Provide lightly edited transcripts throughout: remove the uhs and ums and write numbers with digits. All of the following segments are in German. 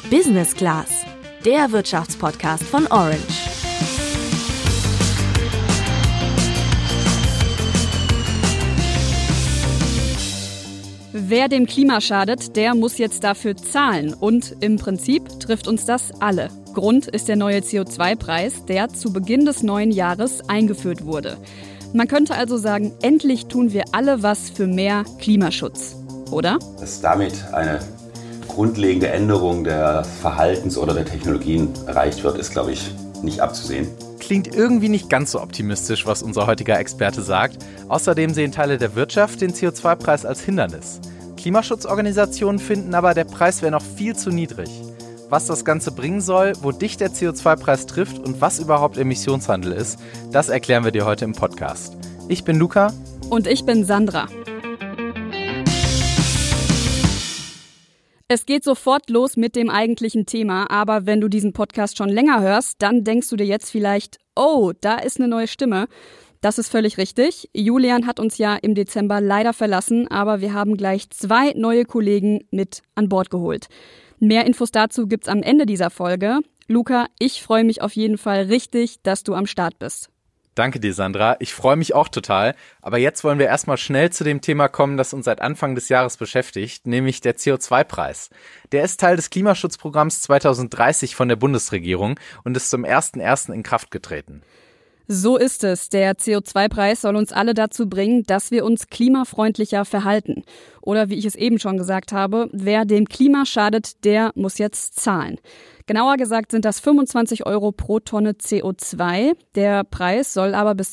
Business Class, der Wirtschaftspodcast von Orange. Wer dem Klima schadet, der muss jetzt dafür zahlen. Und im Prinzip trifft uns das alle. Grund ist der neue CO2-Preis, der zu Beginn des neuen Jahres eingeführt wurde. Man könnte also sagen, endlich tun wir alle was für mehr Klimaschutz, oder? Dass damit eine grundlegende Änderung der Verhaltens- oder der Technologien erreicht wird, ist, glaube ich, nicht abzusehen. Klingt irgendwie nicht ganz so optimistisch, was unser heutiger Experte sagt. Außerdem sehen Teile der Wirtschaft den CO2-Preis als Hindernis. Klimaschutzorganisationen finden aber, der Preis wäre noch viel zu niedrig. Was das Ganze bringen soll, wo dich der CO2-Preis trifft und was überhaupt Emissionshandel ist, das erklären wir dir heute im Podcast. Ich bin Luca. Und ich bin Sandra. Es geht sofort los mit dem eigentlichen Thema, aber wenn du diesen Podcast schon länger hörst, dann denkst du dir jetzt vielleicht, oh, da ist eine neue Stimme. Das ist völlig richtig. Julian hat uns ja im Dezember leider verlassen, aber wir haben gleich 2 neue Kollegen mit an Bord geholt. Mehr Infos dazu gibt's am Ende dieser Folge. Luca, ich freue mich auf jeden Fall richtig, dass du am Start bist. Danke dir, Sandra. Ich freue mich auch total. Aber jetzt wollen wir erstmal schnell zu dem Thema kommen, das uns seit Anfang des Jahres beschäftigt, nämlich der CO2-Preis. Der ist Teil des Klimaschutzprogramms 2030 von der Bundesregierung und ist zum 01.01. in Kraft getreten. So ist es. Der CO2-Preis soll uns alle dazu bringen, dass wir uns klimafreundlicher verhalten. Oder wie ich es eben schon gesagt habe, wer dem Klima schadet, der muss jetzt zahlen. Genauer gesagt sind das 25 Euro pro Tonne CO2. Der Preis soll aber bis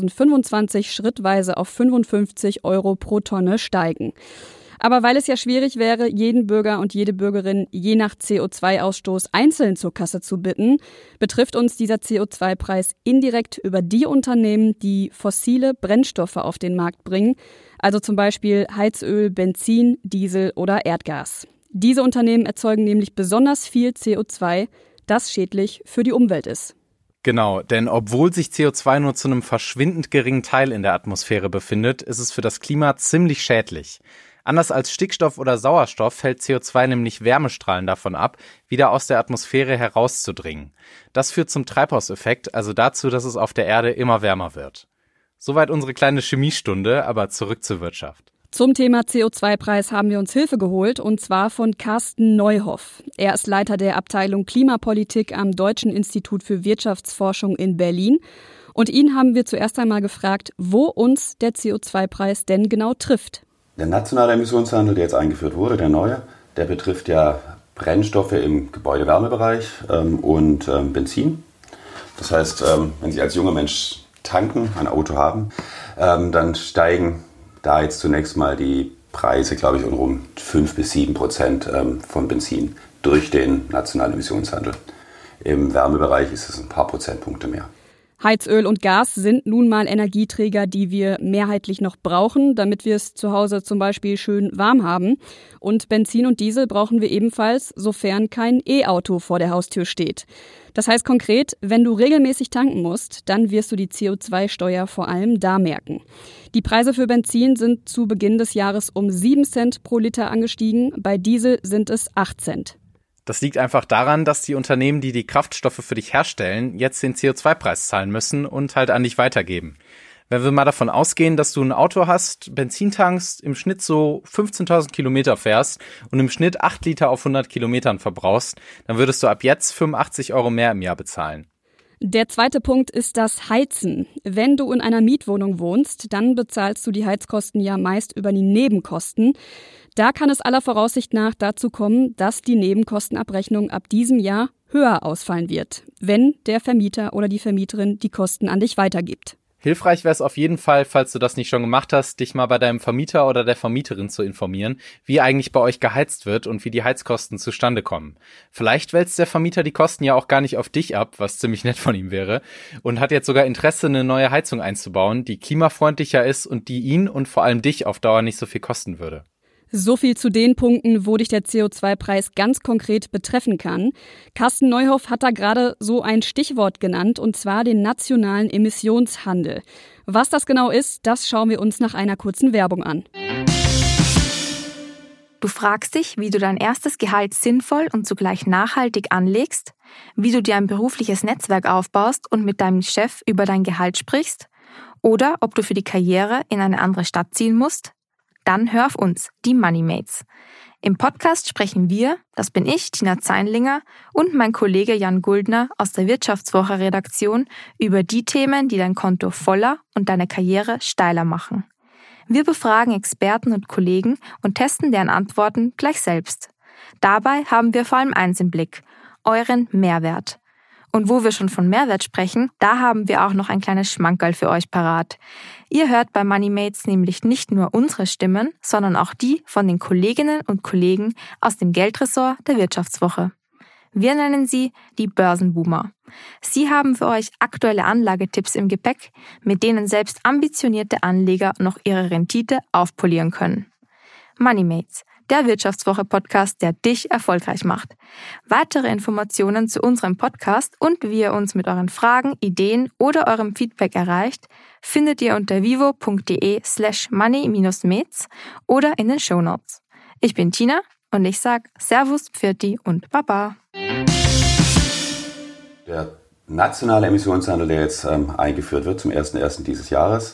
2025 schrittweise auf 55 Euro pro Tonne steigen. Aber weil es ja schwierig wäre, jeden Bürger und jede Bürgerin je nach CO2-Ausstoß einzeln zur Kasse zu bitten, betrifft uns dieser CO2-Preis indirekt über die Unternehmen, die fossile Brennstoffe auf den Markt bringen, also zum Beispiel Heizöl, Benzin, Diesel oder Erdgas. Diese Unternehmen erzeugen nämlich besonders viel CO2, das schädlich für die Umwelt ist. Genau, denn obwohl sich CO2 nur zu einem verschwindend geringen Teil in der Atmosphäre befindet, ist es für das Klima ziemlich schädlich. Anders als Stickstoff oder Sauerstoff hält CO2 nämlich Wärmestrahlen davon ab, wieder aus der Atmosphäre herauszudringen. Das führt zum Treibhauseffekt, also dazu, dass es auf der Erde immer wärmer wird. Soweit unsere kleine Chemiestunde, aber zurück zur Wirtschaft. Zum Thema CO2-Preis haben wir uns Hilfe geholt, und zwar von Carsten Neuhoff. Er ist Leiter der Abteilung Klimapolitik am Deutschen Institut für Wirtschaftsforschung in Berlin. Und ihn haben wir zuerst einmal gefragt, wo uns der CO2-Preis denn genau trifft. Der nationale Emissionshandel, der jetzt eingeführt wurde, der neue, der betrifft ja Brennstoffe im Gebäudewärmebereich und Benzin. Das heißt, wenn Sie als junger Mensch tanken, ein Auto haben, dann steigen da jetzt zunächst mal die Preise, glaube ich, um rund 5-7% von Benzin durch den nationalen Emissionshandel. Im Wärmebereich ist es ein paar Prozentpunkte mehr. Heizöl und Gas sind nun mal Energieträger, die wir mehrheitlich noch brauchen, damit wir es zu Hause zum Beispiel schön warm haben. Und Benzin und Diesel brauchen wir ebenfalls, sofern kein E-Auto vor der Haustür steht. Das heißt konkret, wenn du regelmäßig tanken musst, dann wirst du die CO2-Steuer vor allem da merken. Die Preise für Benzin sind zu Beginn des Jahres um 7 Cent pro Liter angestiegen, bei Diesel sind es 8 Cent. Das liegt einfach daran, dass die Unternehmen, die die Kraftstoffe für dich herstellen, jetzt den CO2-Preis zahlen müssen und halt an dich weitergeben. Wenn wir mal davon ausgehen, dass du ein Auto hast, Benzin tankst, im Schnitt so 15.000 Kilometer fährst und im Schnitt 8 Liter auf 100 Kilometern verbrauchst, dann würdest du ab jetzt 85 Euro mehr im Jahr bezahlen. Der zweite Punkt ist das Heizen. Wenn du in einer Mietwohnung wohnst, dann bezahlst du die Heizkosten ja meist über die Nebenkosten. Da kann es aller Voraussicht nach dazu kommen, dass die Nebenkostenabrechnung ab diesem Jahr höher ausfallen wird, wenn der Vermieter oder die Vermieterin die Kosten an dich weitergibt. Hilfreich wäre es auf jeden Fall, falls du das nicht schon gemacht hast, dich mal bei deinem Vermieter oder der Vermieterin zu informieren, wie eigentlich bei euch geheizt wird und wie die Heizkosten zustande kommen. Vielleicht wälzt der Vermieter die Kosten ja auch gar nicht auf dich ab, was ziemlich nett von ihm wäre, und hat jetzt sogar Interesse, eine neue Heizung einzubauen, die klimafreundlicher ist und die ihn und vor allem dich auf Dauer nicht so viel kosten würde. So viel zu den Punkten, wo dich der CO2-Preis ganz konkret betreffen kann. Carsten Neuhoff hat da gerade so ein Stichwort genannt, und zwar den nationalen Emissionshandel. Was das genau ist, das schauen wir uns nach einer kurzen Werbung an. Du fragst dich, wie du dein erstes Gehalt sinnvoll und zugleich nachhaltig anlegst, wie du dir ein berufliches Netzwerk aufbaust und mit deinem Chef über dein Gehalt sprichst oder ob du für die Karriere in eine andere Stadt ziehen musst? Dann hör auf uns, die Moneymates. Im Podcast sprechen wir, das bin ich, Tina Zeinlinger, und mein Kollege Jan Guldner aus der Wirtschaftswoche-Redaktion über die Themen, die dein Konto voller und deine Karriere steiler machen. Wir befragen Experten und Kollegen und testen deren Antworten gleich selbst. Dabei haben wir vor allem eins im Blick: euren Mehrwert. Und wo wir schon von Mehrwert sprechen, da haben wir auch noch ein kleines Schmankerl für euch parat. Ihr hört bei Moneymates nämlich nicht nur unsere Stimmen, sondern auch die von den Kolleginnen und Kollegen aus dem Geldressort der Wirtschaftswoche. Wir nennen sie die Börsenboomer. Sie haben für euch aktuelle Anlagetipps im Gepäck, mit denen selbst ambitionierte Anleger noch ihre Rendite aufpolieren können. Moneymates, der Wirtschaftswoche-Podcast, der dich erfolgreich macht. Weitere Informationen zu unserem Podcast und wie ihr uns mit euren Fragen, Ideen oder eurem Feedback erreicht, findet ihr unter vivo.de/money-mates oder in den Shownotes. Ich bin Tina und ich sag Servus, Pfirti und Baba. Der nationale Emissionshandel, der jetzt eingeführt wird zum 01.01. dieses Jahres,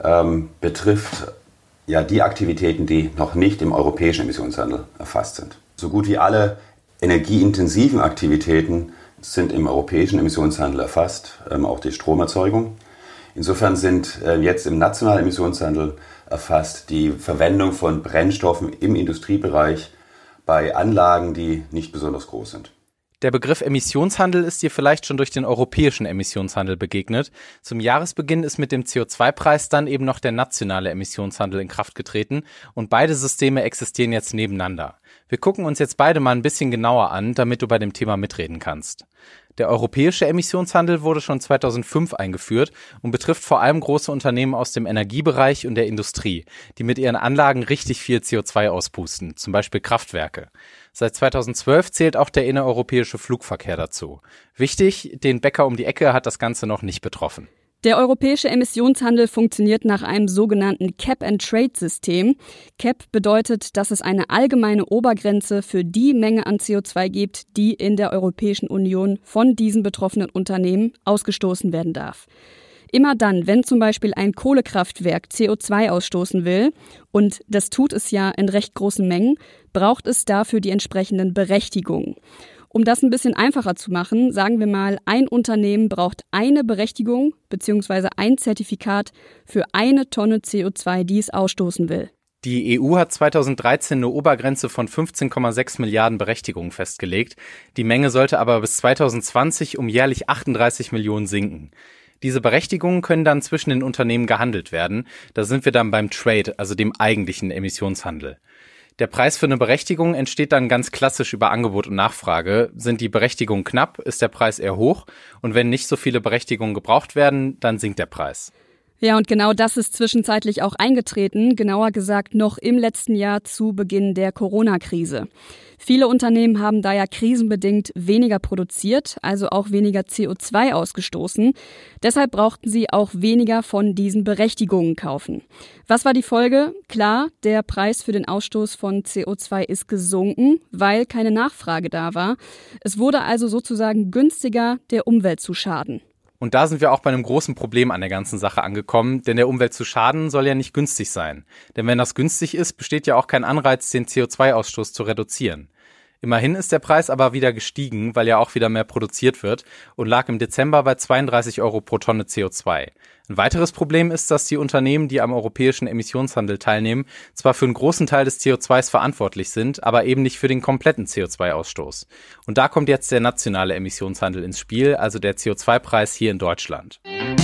betrifft ja die Aktivitäten, die noch nicht im europäischen Emissionshandel erfasst sind. So gut wie alle energieintensiven Aktivitäten sind im europäischen Emissionshandel erfasst, auch die Stromerzeugung. Insofern sind jetzt im nationalen Emissionshandel erfasst die Verwendung von Brennstoffen im Industriebereich bei Anlagen, die nicht besonders groß sind. Der Begriff Emissionshandel ist dir vielleicht schon durch den europäischen Emissionshandel begegnet. Zum Jahresbeginn ist mit dem CO2-Preis dann eben noch der nationale Emissionshandel in Kraft getreten und beide Systeme existieren jetzt nebeneinander. Wir gucken uns jetzt beide mal ein bisschen genauer an, damit du bei dem Thema mitreden kannst. Der europäische Emissionshandel wurde schon 2005 eingeführt und betrifft vor allem große Unternehmen aus dem Energiebereich und der Industrie, die mit ihren Anlagen richtig viel CO2 auspusten, zum Beispiel Kraftwerke. Seit 2012 zählt auch der innereuropäische Flugverkehr dazu. Wichtig, den Bäcker um die Ecke hat das Ganze noch nicht betroffen. Der europäische Emissionshandel funktioniert nach einem sogenannten Cap-and-Trade-System. Cap bedeutet, dass es eine allgemeine Obergrenze für die Menge an CO2 gibt, die in der Europäischen Union von diesen betroffenen Unternehmen ausgestoßen werden darf. Immer dann, wenn zum Beispiel ein Kohlekraftwerk CO2 ausstoßen will, und das tut es ja in recht großen Mengen, braucht es dafür die entsprechenden Berechtigungen. Um das ein bisschen einfacher zu machen, sagen wir mal, ein Unternehmen braucht eine Berechtigung bzw. ein Zertifikat für 1 Tonne CO2, die es ausstoßen will. Die EU hat 2013 eine Obergrenze von 15,6 Milliarden Berechtigungen festgelegt. Die Menge sollte aber bis 2020 um jährlich 38 Millionen sinken. Diese Berechtigungen können dann zwischen den Unternehmen gehandelt werden. Da sind wir dann beim Trade, also dem eigentlichen Emissionshandel. Der Preis für eine Berechtigung entsteht dann ganz klassisch über Angebot und Nachfrage. Sind die Berechtigungen knapp, ist der Preis eher hoch. Und wenn nicht so viele Berechtigungen gebraucht werden, dann sinkt der Preis. Ja, und genau das ist zwischenzeitlich auch eingetreten, genauer gesagt noch im letzten Jahr zu Beginn der Corona-Krise. Viele Unternehmen haben daher krisenbedingt weniger produziert, also auch weniger CO2 ausgestoßen. Deshalb brauchten sie auch weniger von diesen Berechtigungen kaufen. Was war die Folge? Klar, der Preis für den Ausstoß von CO2 ist gesunken, weil keine Nachfrage da war. Es wurde also sozusagen günstiger, der Umwelt zu schaden. Und da sind wir auch bei einem großen Problem an der ganzen Sache angekommen, denn der Umwelt zu schaden soll ja nicht günstig sein. Denn wenn das günstig ist, besteht ja auch kein Anreiz, den CO2-Ausstoß zu reduzieren. Immerhin ist der Preis aber wieder gestiegen, weil ja auch wieder mehr produziert wird und lag im Dezember bei 32 € pro Tonne CO2. Ein weiteres Problem ist, dass die Unternehmen, die am europäischen Emissionshandel teilnehmen, zwar für einen großen Teil des CO2s verantwortlich sind, aber eben nicht für den kompletten CO2-Ausstoß. Und da kommt jetzt der nationale Emissionshandel ins Spiel, also der CO2-Preis hier in Deutschland.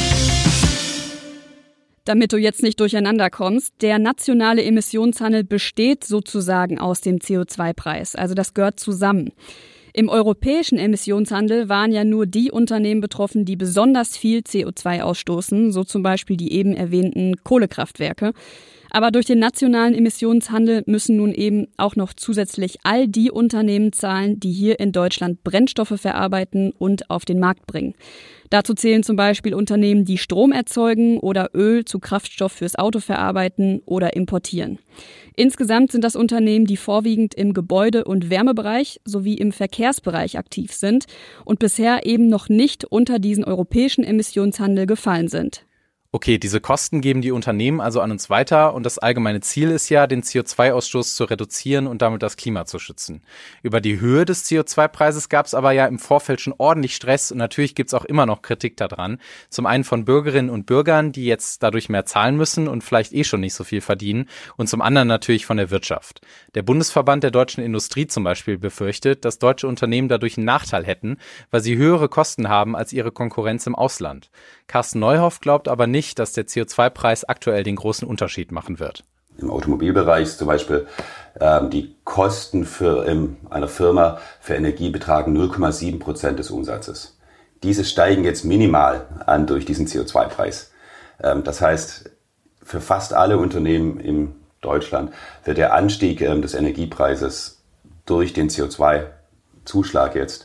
Damit du jetzt nicht durcheinander kommst, der nationale Emissionshandel besteht sozusagen aus dem CO2-Preis, also das gehört zusammen. Im europäischen Emissionshandel waren ja nur die Unternehmen betroffen, die besonders viel CO2 ausstoßen, so zum Beispiel die eben erwähnten Kohlekraftwerke. Aber durch den nationalen Emissionshandel müssen nun eben auch noch zusätzlich all die Unternehmen zahlen, die hier in Deutschland Brennstoffe verarbeiten und auf den Markt bringen. Dazu zählen zum Beispiel Unternehmen, die Strom erzeugen oder Öl zu Kraftstoff fürs Auto verarbeiten oder importieren. Insgesamt sind das Unternehmen, die vorwiegend im Gebäude- und Wärmebereich sowie im Verkehrsbereich aktiv sind und bisher eben noch nicht unter diesen europäischen Emissionshandel gefallen sind. Okay, diese Kosten geben die Unternehmen also an uns weiter und das allgemeine Ziel ist ja, den CO2-Ausstoß zu reduzieren und damit das Klima zu schützen. Über die Höhe des CO2-Preises gab es aber ja im Vorfeld schon ordentlich Stress und natürlich gibt es auch immer noch Kritik daran. Zum einen von Bürgerinnen und Bürgern, die jetzt dadurch mehr zahlen müssen und vielleicht schon nicht so viel verdienen, und zum anderen natürlich von der Wirtschaft. Der Bundesverband der deutschen Industrie zum Beispiel befürchtet, dass deutsche Unternehmen dadurch einen Nachteil hätten, weil sie höhere Kosten haben als ihre Konkurrenz im Ausland. Carsten Neuhoff glaubt aber nicht, dass der CO2-Preis aktuell den großen Unterschied machen wird. Im Automobilbereich zum Beispiel die Kosten einer Firma für Energie betragen 0,7% des Umsatzes. Diese steigen jetzt minimal an durch diesen CO2-Preis. Das heißt, für fast alle Unternehmen in Deutschland wird der Anstieg des Energiepreises durch den CO2-Zuschlag jetzt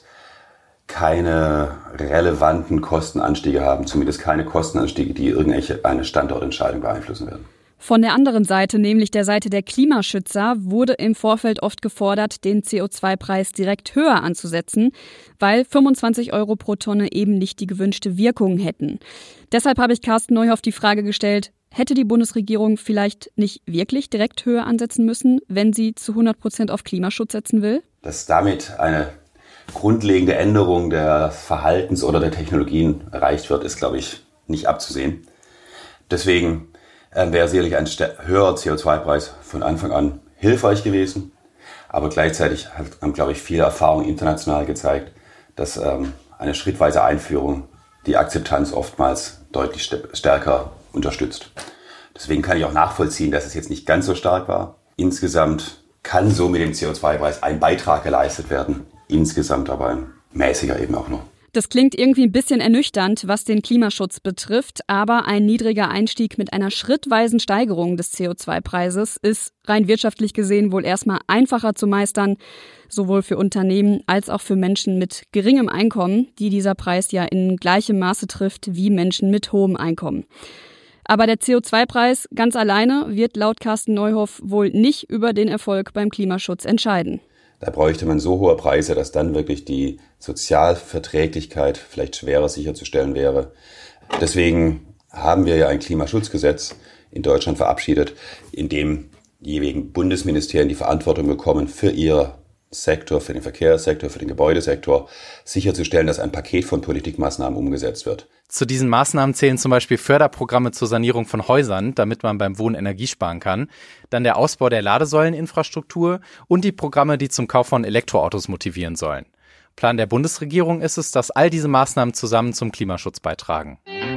keine relevanten Kostenanstiege haben, zumindest keine Kostenanstiege, die eine Standortentscheidung beeinflussen werden. Von der anderen Seite, nämlich der Seite der Klimaschützer, wurde im Vorfeld oft gefordert, den CO2-Preis direkt höher anzusetzen, weil 25 € pro Tonne eben nicht die gewünschte Wirkung hätten. Deshalb habe ich Carsten Neuhoff die Frage gestellt, hätte die Bundesregierung vielleicht nicht wirklich direkt höher ansetzen müssen, wenn sie zu 100% auf Klimaschutz setzen will? Dass damit eine grundlegende Änderung des Verhaltens oder der Technologien erreicht wird, ist, glaube ich, nicht abzusehen. Deswegen wäre sicherlich ein höherer CO2-Preis von Anfang an hilfreich gewesen. Aber gleichzeitig haben, glaube ich, viele Erfahrungen international gezeigt, dass eine schrittweise Einführung die Akzeptanz oftmals deutlich stärker unterstützt. Deswegen kann ich auch nachvollziehen, dass es jetzt nicht ganz so stark war. Insgesamt kann so mit dem CO2-Preis ein Beitrag geleistet werden. Insgesamt aber ein mäßiger eben auch nur. Das klingt irgendwie ein bisschen ernüchternd, was den Klimaschutz betrifft, aber ein niedriger Einstieg mit einer schrittweisen Steigerung des CO2-Preises ist rein wirtschaftlich gesehen wohl erstmal einfacher zu meistern, sowohl für Unternehmen als auch für Menschen mit geringem Einkommen, die dieser Preis ja in gleichem Maße trifft wie Menschen mit hohem Einkommen. Aber der CO2-Preis ganz alleine wird laut Carsten Neuhoff wohl nicht über den Erfolg beim Klimaschutz entscheiden. Da bräuchte man so hohe Preise, dass dann wirklich die Sozialverträglichkeit vielleicht schwerer sicherzustellen wäre. Deswegen haben wir ja ein Klimaschutzgesetz in Deutschland verabschiedet, in dem die jeweiligen Bundesministerien die Verantwortung bekommen, für ihr Sektor, für den Verkehrssektor, für den Gebäudesektor sicherzustellen, dass ein Paket von Politikmaßnahmen umgesetzt wird. Zu diesen Maßnahmen zählen zum Beispiel Förderprogramme zur Sanierung von Häusern, damit man beim Wohnen Energie sparen kann, dann der Ausbau der Ladesäuleninfrastruktur und die Programme, die zum Kauf von Elektroautos motivieren sollen. Plan der Bundesregierung ist es, dass all diese Maßnahmen zusammen zum Klimaschutz beitragen.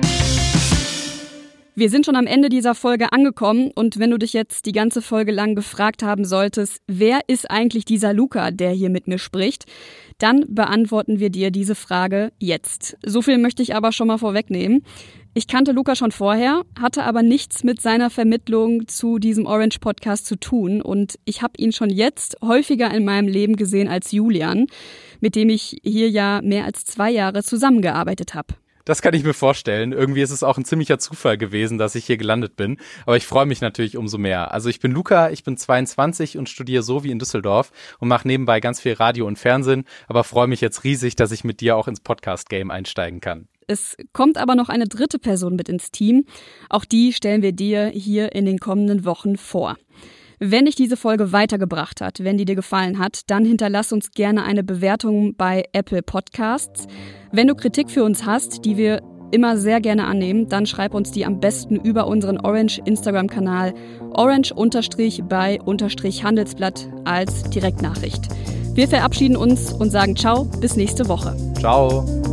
Wir sind schon am Ende dieser Folge angekommen und wenn du dich jetzt die ganze Folge lang gefragt haben solltest, wer ist eigentlich dieser Luca, der hier mit mir spricht, dann beantworten wir dir diese Frage jetzt. So viel möchte ich aber schon mal vorwegnehmen. Ich kannte Luca schon vorher, hatte aber nichts mit seiner Vermittlung zu diesem Orange-Podcast zu tun und ich habe ihn schon jetzt häufiger in meinem Leben gesehen als Julian, mit dem ich hier ja mehr als 2 Jahre zusammengearbeitet habe. Das kann ich mir vorstellen. Irgendwie ist es auch ein ziemlicher Zufall gewesen, dass ich hier gelandet bin. Aber ich freue mich natürlich umso mehr. Also ich bin Luca, ich bin 22 und studiere so wie in Düsseldorf und mache nebenbei ganz viel Radio und Fernsehen. Aber freue mich jetzt riesig, dass ich mit dir auch ins Podcast-Game einsteigen kann. Es kommt aber noch eine dritte Person mit ins Team. Auch die stellen wir dir hier in den kommenden Wochen vor. Wenn dich diese Folge weitergebracht hat, wenn die dir gefallen hat, dann hinterlass uns gerne eine Bewertung bei Apple Podcasts. Wenn du Kritik für uns hast, die wir immer sehr gerne annehmen, dann schreib uns die am besten über unseren Orange Instagram-Kanal orange_by_handelsblatt als Direktnachricht. Wir verabschieden uns und sagen ciao, bis nächste Woche. Ciao.